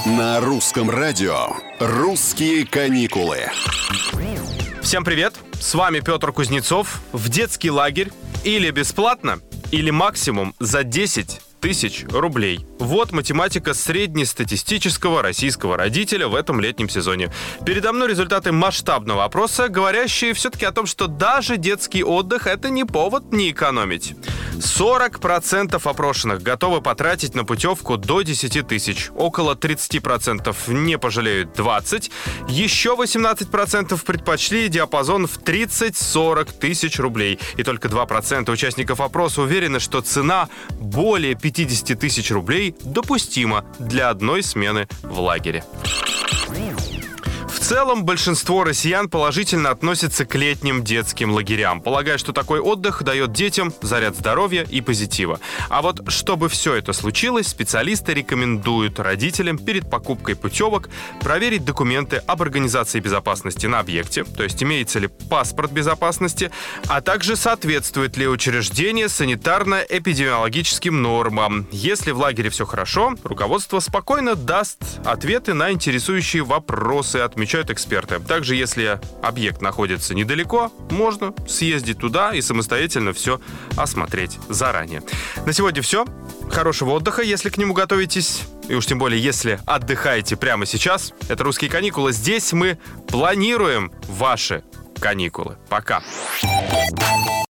На русском радио «Русские каникулы». Всем привет! С вами Петр Кузнецов. В детский лагерь или бесплатно, или максимум за 10 тысяч рублей. Вот математика среднестатистического российского родителя в этом летнем сезоне. Передо мной результаты масштабного опроса, говорящие все-таки о том, что даже детский отдых — это не повод не экономить. 40% опрошенных готовы потратить на путевку до 10 тысяч. Около 30% не пожалеют 20. Еще 18% предпочли диапазон в 30-40 тысяч рублей. И только 2% участников опроса уверены, что цена более 50 тысяч рублей допустима для одной смены в лагере. В целом, большинство россиян положительно относятся к летним детским лагерям, полагая, что такой отдых дает детям заряд здоровья и позитива. А вот чтобы все это случилось, специалисты рекомендуют родителям перед покупкой путевок проверить документы об организации безопасности на объекте, то есть имеется ли паспорт безопасности, а также соответствует ли учреждение санитарно-эпидемиологическим нормам. Если в лагере все хорошо, руководство спокойно даст ответы на интересующие вопросы, отмечают эксперты. Также, если объект находится недалеко, можно съездить туда и самостоятельно все осмотреть заранее. На сегодня все. Хорошего отдыха, если к нему готовитесь. И уж тем более, если отдыхаете прямо сейчас. Это «Русские каникулы». Здесь мы планируем ваши каникулы. Пока.